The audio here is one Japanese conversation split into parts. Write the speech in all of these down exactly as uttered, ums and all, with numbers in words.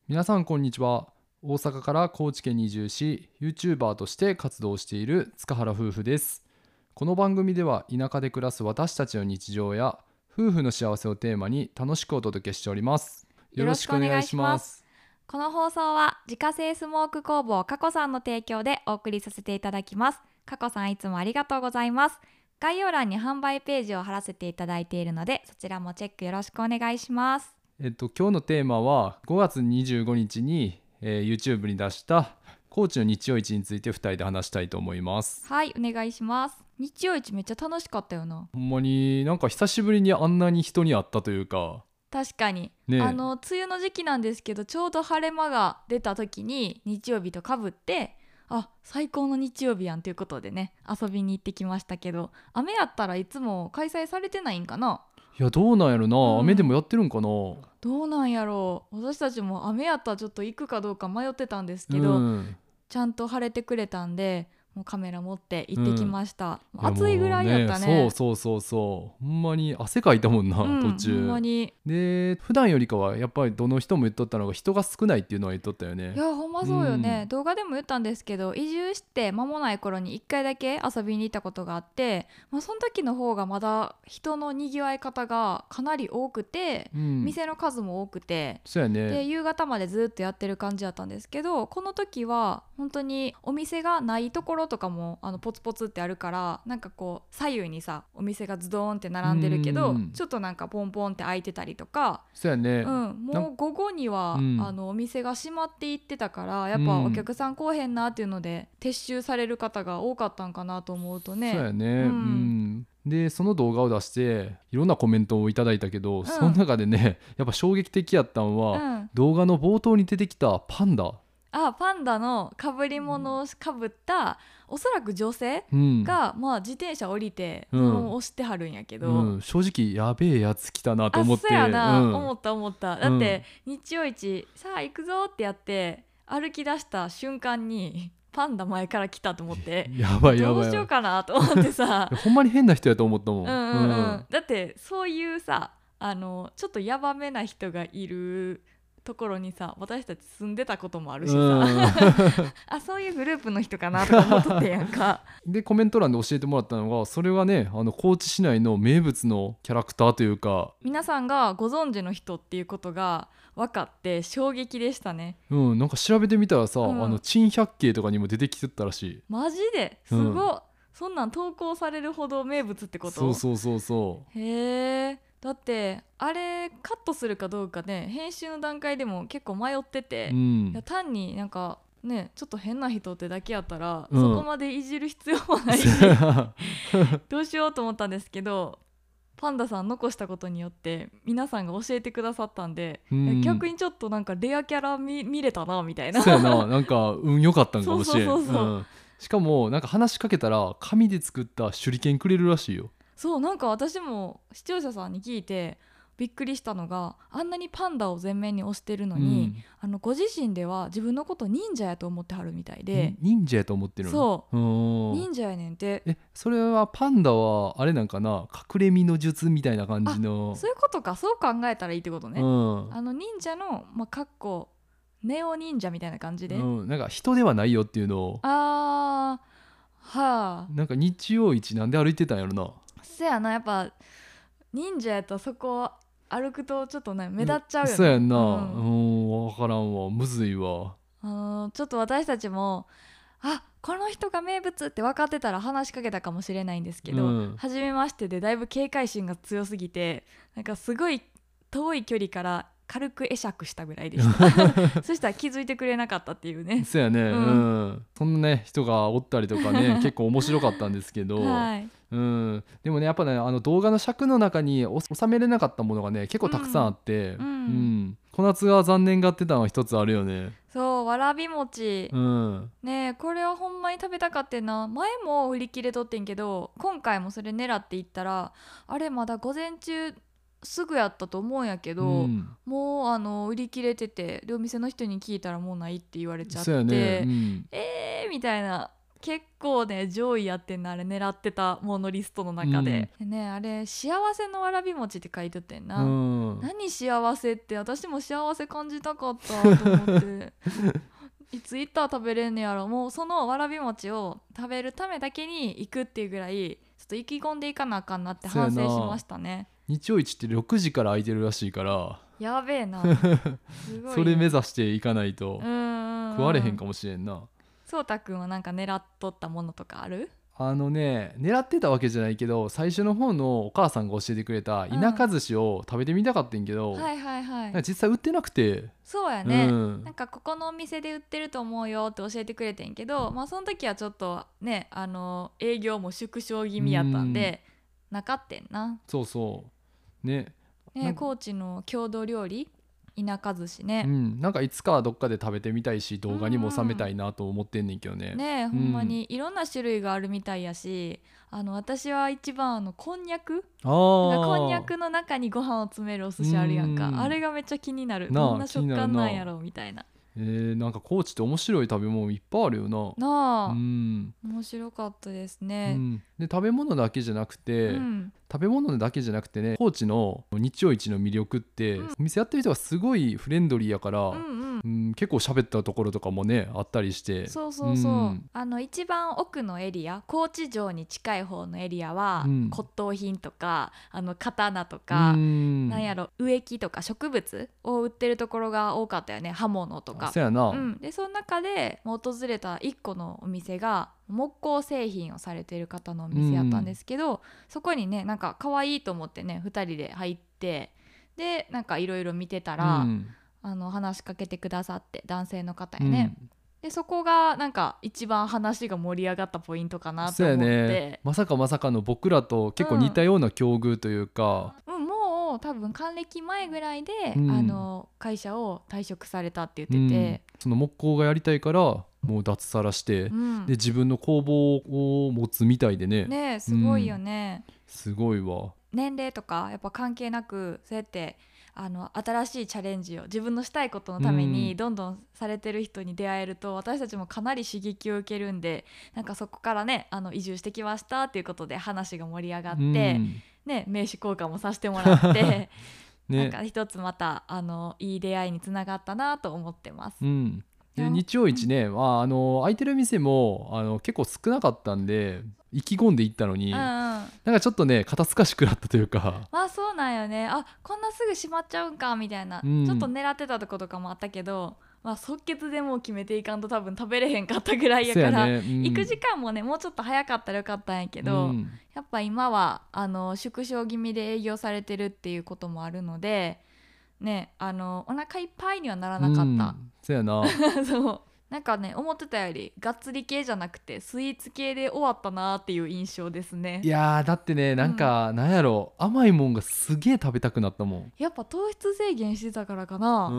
皆さんこんにちは。大阪から高知県に移住し YouTuber として活動している塚原夫婦です。この番組では田舎で暮らす私たちの日常や夫婦の幸せをテーマに楽しくお届けしております。よろしくお願いします。 この放送は自家製スモーク工房かこさんの提供でお送りさせていただきます。かこさんいつもありがとうございます。概要欄に販売ページを貼らせていただいているので、そちらもチェックよろしくお願いします。 えっと今日のテーマはごがつにじゅうごにちに、えー YouTube に出した高知の日曜市についてふたりで話したいと思います。 はい、お願いします。日曜市めっちゃ楽しかったよな。 ほんまになんか久しぶりにあんなに人に会ったというか確かに、 ねえ、 あの梅雨の時期なんですけど、ちょうど晴れ間が出た時に日曜日とかぶって、あ、最高の日曜日やんということでね、遊びに行ってきましたけど、雨やったらいつも開催されてないんかな。 いやどうなんやろな、 うん雨でもやってるんかな。 どうなんやろう。私たちも雨やったらちょっと行くかどうか迷ってたんですけど、 うん、 ちゃんと晴れてくれたんで、もうカメラ持って行ってきました、 うん、 暑いぐらいやったね。 そうそうそうそう、ほんまに汗かいたもんな、 うん、 途中ほんまに。 で普段よりかはやっぱりどの人も言っとったのが人が少ないっていうのは言っとったよね。 いやほんまそうよね、 うん、 動画でも言ったんですけど、移住して間もない頃にいっかいだけ遊びに行ったことがあって、まあ、その時の方がまだ人のにぎわい方がかなり多くて、 うん、 店の数も多くて、 そうやね。 で夕方までずっとやってる感じだったんですけど、この時は本当にお店がないところとかもあのポツポツってあるから、なんかこう左右にさお店がズドーンって並んでるけど、 うん、 ちょっとなんかポンポンって開いてたりとか、 そうやね。 うん、もう午後には、 うん、 あのお店が閉まっていってたから、やっぱお客さん来おへんなっていうので撤収される方が多かったんかなと思うとね。 そうやね、 うんうん、でその動画を出していろんなコメントをいただいたけど、 うん、 その中でねやっぱ衝撃的やったんは、 うん、 動画の冒頭に出てきたパンダ。 あ、パンダのかぶり物をかぶったおそらく女性うんが、まあ、自転車降りて、 うんもう押してはるんやけど、 うん、正直やべえやつ来たなと思って。 あ、そうやな、 うん、 思った思った。だって日曜市さあ行くぞってやって歩き出した瞬間にパンダ前から来たと思って、 やばいやばいやばい、 どうしようかなと思ってさほんまに変な人やと思ったもん。 うんうんうん、だってそういうさ、あのちょっとヤバめな人がいるところにさ、私たち住んでたこともあるしさ、 うん、 あ、そういうグループの人かなとか思っとってやんかでコメント欄で教えてもらったのが、それはねあの高知市内の名物のキャラクターというか、 皆さんがご存知の人っていうことが分かって衝撃でしたね。 うん、なんか調べてみたらさ、 うん、 あの珍百景とかにも出てきてたらしい。 マジですごい、うん、そんなん投稿されるほど名物ってこと？ そうそうそうそう。 へえ。だってあれカットするかどうかね、編集の段階でも結構迷ってて、 うん、 いや単になんかねちょっと変な人ってだけやったら、 うん、 そこまでいじる必要もないしどうしようと思ったんですけど、パンダさん残したことによって皆さんが教えてくださったんで、 うん、 逆にちょっとなんかレアキャラ 見, 見れたなみたいな。 そうやな、なんか運良かったんかもしれん。 そうそうそうそう、 うん、しかもなんか話しかけたら紙で作った手裏剣くれるらしいよ。 そう、なんか私も視聴者さんに聞いてびっくりしたのが、あんなにパンダを前面に推してるのに、うん、あのご自身では自分のこと忍者やと思ってはるみたいで。 忍者やと思ってるの？ そう、 忍者やねんて。 え、それはパンダはあれなんかな、隠れ身の術みたいな感じの。 そういうことか、そう考えたらいいってことね、 うん、 あの忍者の、まあ、かっこネオ忍者みたいな感じで、 うん、なんか人ではないよっていうのを。 あー、はあ、 なんか日曜市なんで歩いてたんやろな。 そやな、やっぱ忍者やとそこ歩くとちょっとね目立っちゃうよね。 そうやんな、うん、 うん、 分からんわ、むずいわ。 あのちょっと私たちも、あ、この人が名物って分かってたら話しかけたかもしれないんですけど、うん、初めましてでだいぶ警戒心が強すぎて、なんかすごい遠い距離から軽く会釈したぐらいでしたそしたら気づいてくれなかったっていうね。 そうやね、うんうん、そんなね人がおったりとかね結構面白かったんですけど、 はい、 うん、でもねやっぱね、あの動画の尺の中に収めれなかったものがね結構たくさんあって、うんうん、小夏が残念がってたのは一つあるよね。 そう、わらび餅、 うん、 ねえ、これはほんまに食べたかってんな。前も売り切れとってんけど、今回もそれ狙って行ったら、あれまだ午前中すぐやったと思うんやけど、うん、もうあの売り切れてて、でお店の人に聞いたらもうないって言われちゃって、 そうやね、うん、 えーみたいな。 結構ね上位やってんのあれ狙ってたものリストの中で、うん、でねあれ幸せのわらび餅って書いててんな、うん、何幸せって私も幸せ感じたかったと思っていつ行ったら食べれんねやろ。もうそのわらび餅を食べるためだけに行くっていうぐらいちょっと意気込んでいかなあかんなって反省しましたね。 日曜市ってろくじから空いてるらしいからやべえなすごい、ね、 それ目指していかないと食われへんかもしれんな。 そうたくんはなんか狙っとったものとかある？ あのね狙ってたわけじゃないけど最初の方のお母さんが教えてくれた田舎寿司を食べてみたかったんけど、 うん、はいはいはい、 実際売ってなくて。 そうやね、 うん、 なんかここのお店で売ってると思うよって教えてくれてんけど、まあその時はちょっとねあの営業も縮小気味やったんで、うん、なかってんな。 そうそうねね高知の郷土料理田舎寿司ね、 うん、なんかいつかはどっかで食べてみたいし動画にも収めたいなと思ってんねんけどね、 うん、ねえ、うん、ほんまにいろんな種類があるみたいやし、あの私は一番あのこんにゃくあこんにゃくの中にご飯を詰めるお寿司あるやんか、あれがめっちゃ気になる。どんな食感なんやろみたいな。 えー、なんか高知って面白い食べ物いっぱいあるよな。 なあ、 うん、 面白かったですね、 うん、で食べ物だけじゃなくて、うん、食べ物だけじゃなくてね高知の日曜市の魅力って、うん、お店やってる人がすごいフレンドリーやから、うんうんうん、結構喋ったところとかもねあったりして。 そうそうそう、うん、あの一番奥のエリア高知城に近い方のエリアは、うん、骨董品とかあの刀とか、うん、なんやろ植木とか植物を売ってるところが多かったよね。刃物とか。 そうやな、 うん、でその中で訪れたいっこのお店が木工製品をされてる方のお店やったんですけど、うん、そこにねなんか可愛いと思ってねふたりで入ってでなんかいろいろ見てたら、うん、あの話しかけてくださって男性の方やね、うん、でそこがなんか一番話が盛り上がったポイントかなと思って。そうやね、 まさかまさかの僕らと結構似たような境遇というか、 うんうん、もう多分還暦前ぐらいで、うん、あの会社を退職されたって言ってて、 うん、その木工がやりたいからもう脱サラして、うん、で自分の工房を持つみたいでね。 ねえすごいよね、 うん、すごいわ。 年齢とかやっぱ関係なくそうやってあの新しいチャレンジを自分のしたいことのためにどんどんされてる人に出会えると、うん、私たちもかなり刺激を受けるんで、なんかそこからねあの移住してきましたっていうことで話が盛り上がって、うん、ね、名刺交換もさせてもらってね、なんか一つまたあのいい出会いにつながったなと思ってます、 うん、で日曜市ね、まあ、あの空いてる店もあの結構少なかったんで意気込んで行ったのに、うんうん、なんかちょっとね肩透かしくなったというか。 まあそうなんよね。あこんなすぐ閉まっちゃうんかみたいな、うん、ちょっと狙ってたとことかもあったけど、まあ、即決でもう決めていかんと多分食べれへんかったぐらいやから、ね、うん、行く時間もねもうちょっと早かったらよかったんやけど、うん、やっぱ今はあの縮小気味で営業されてるっていうこともあるのでね、あのお腹いっぱいにはならなかった、うん、 そうやなそうなんかね思ってたよりがっつり系じゃなくてスイーツ系で終わったなっていう印象ですね。 いやーだってねなんか、うん、なんやろ甘いもんがすげえ食べたくなったもん。 やっぱ糖質制限してたからかな、うん、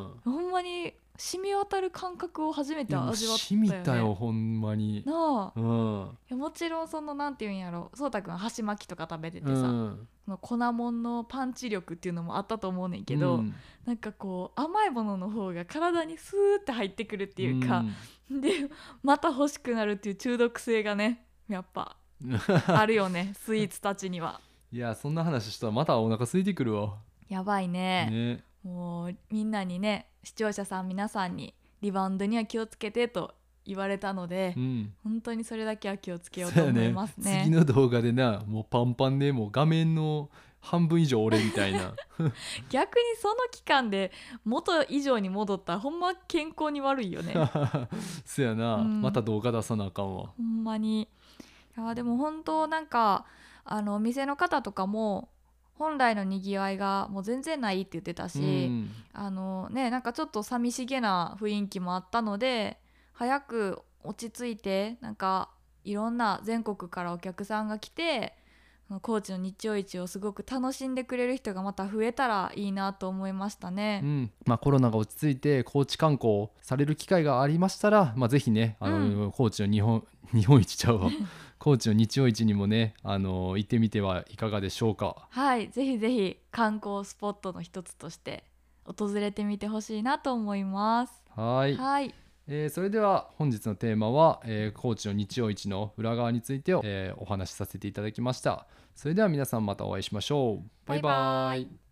ほんまに染み渡る感覚を初めて味わったよね。 染みたよほんまになあ、うん、いやもちろんそのなんていうんやろそうたくん箸巻きとか食べててさ、うん、の粉もんのパンチ力っていうのもあったと思うねんけど、うん、なんかこう甘いものの方が体にスーって入ってくるっていうか、うん、でまた欲しくなるっていう中毒性がねやっぱあるよねスイーツたちには。 いやそんな話したらまたお腹空いてくるわ。 やばい ね, ねもうみんなにね視聴者さん皆さんにリバウンドには気をつけてと言われたので、うん、本当にそれだけは気をつけようと思います ね, ね次の動画でなもうパンパンでもう画面の半分以上俺みたいな逆にその期間で元以上に戻ったらほんま健康に悪いよねそやな、うん、また動画出さなあかんわほんまに。いやでも本当なんかあのお店の方とかも本来のにぎわいがもう全然ないって言ってたし、うん、あのねなんかちょっと寂しげな雰囲気もあったので早く落ち着いてなんかいろんな全国からお客さんが来て高知の日曜市をすごく楽しんでくれる人がまた増えたらいいなと思いましたね、 うんまあ、コロナが落ち着いて高知観光される機会がありましたら、まあ、ぜひねあの、うん、高知の日本日本一ちゃうわ高知の日曜市にもねあの行ってみてはいかがでしょうか。 はいぜひぜひ観光スポットの一つとして訪れてみてほしいなと思います。 はいはいえーそれでは本日のテーマは、えー高知の日曜市の裏側について、えーお話しさせていただきました。それでは皆さんまたお会いしましょう。バイババイバーイイ。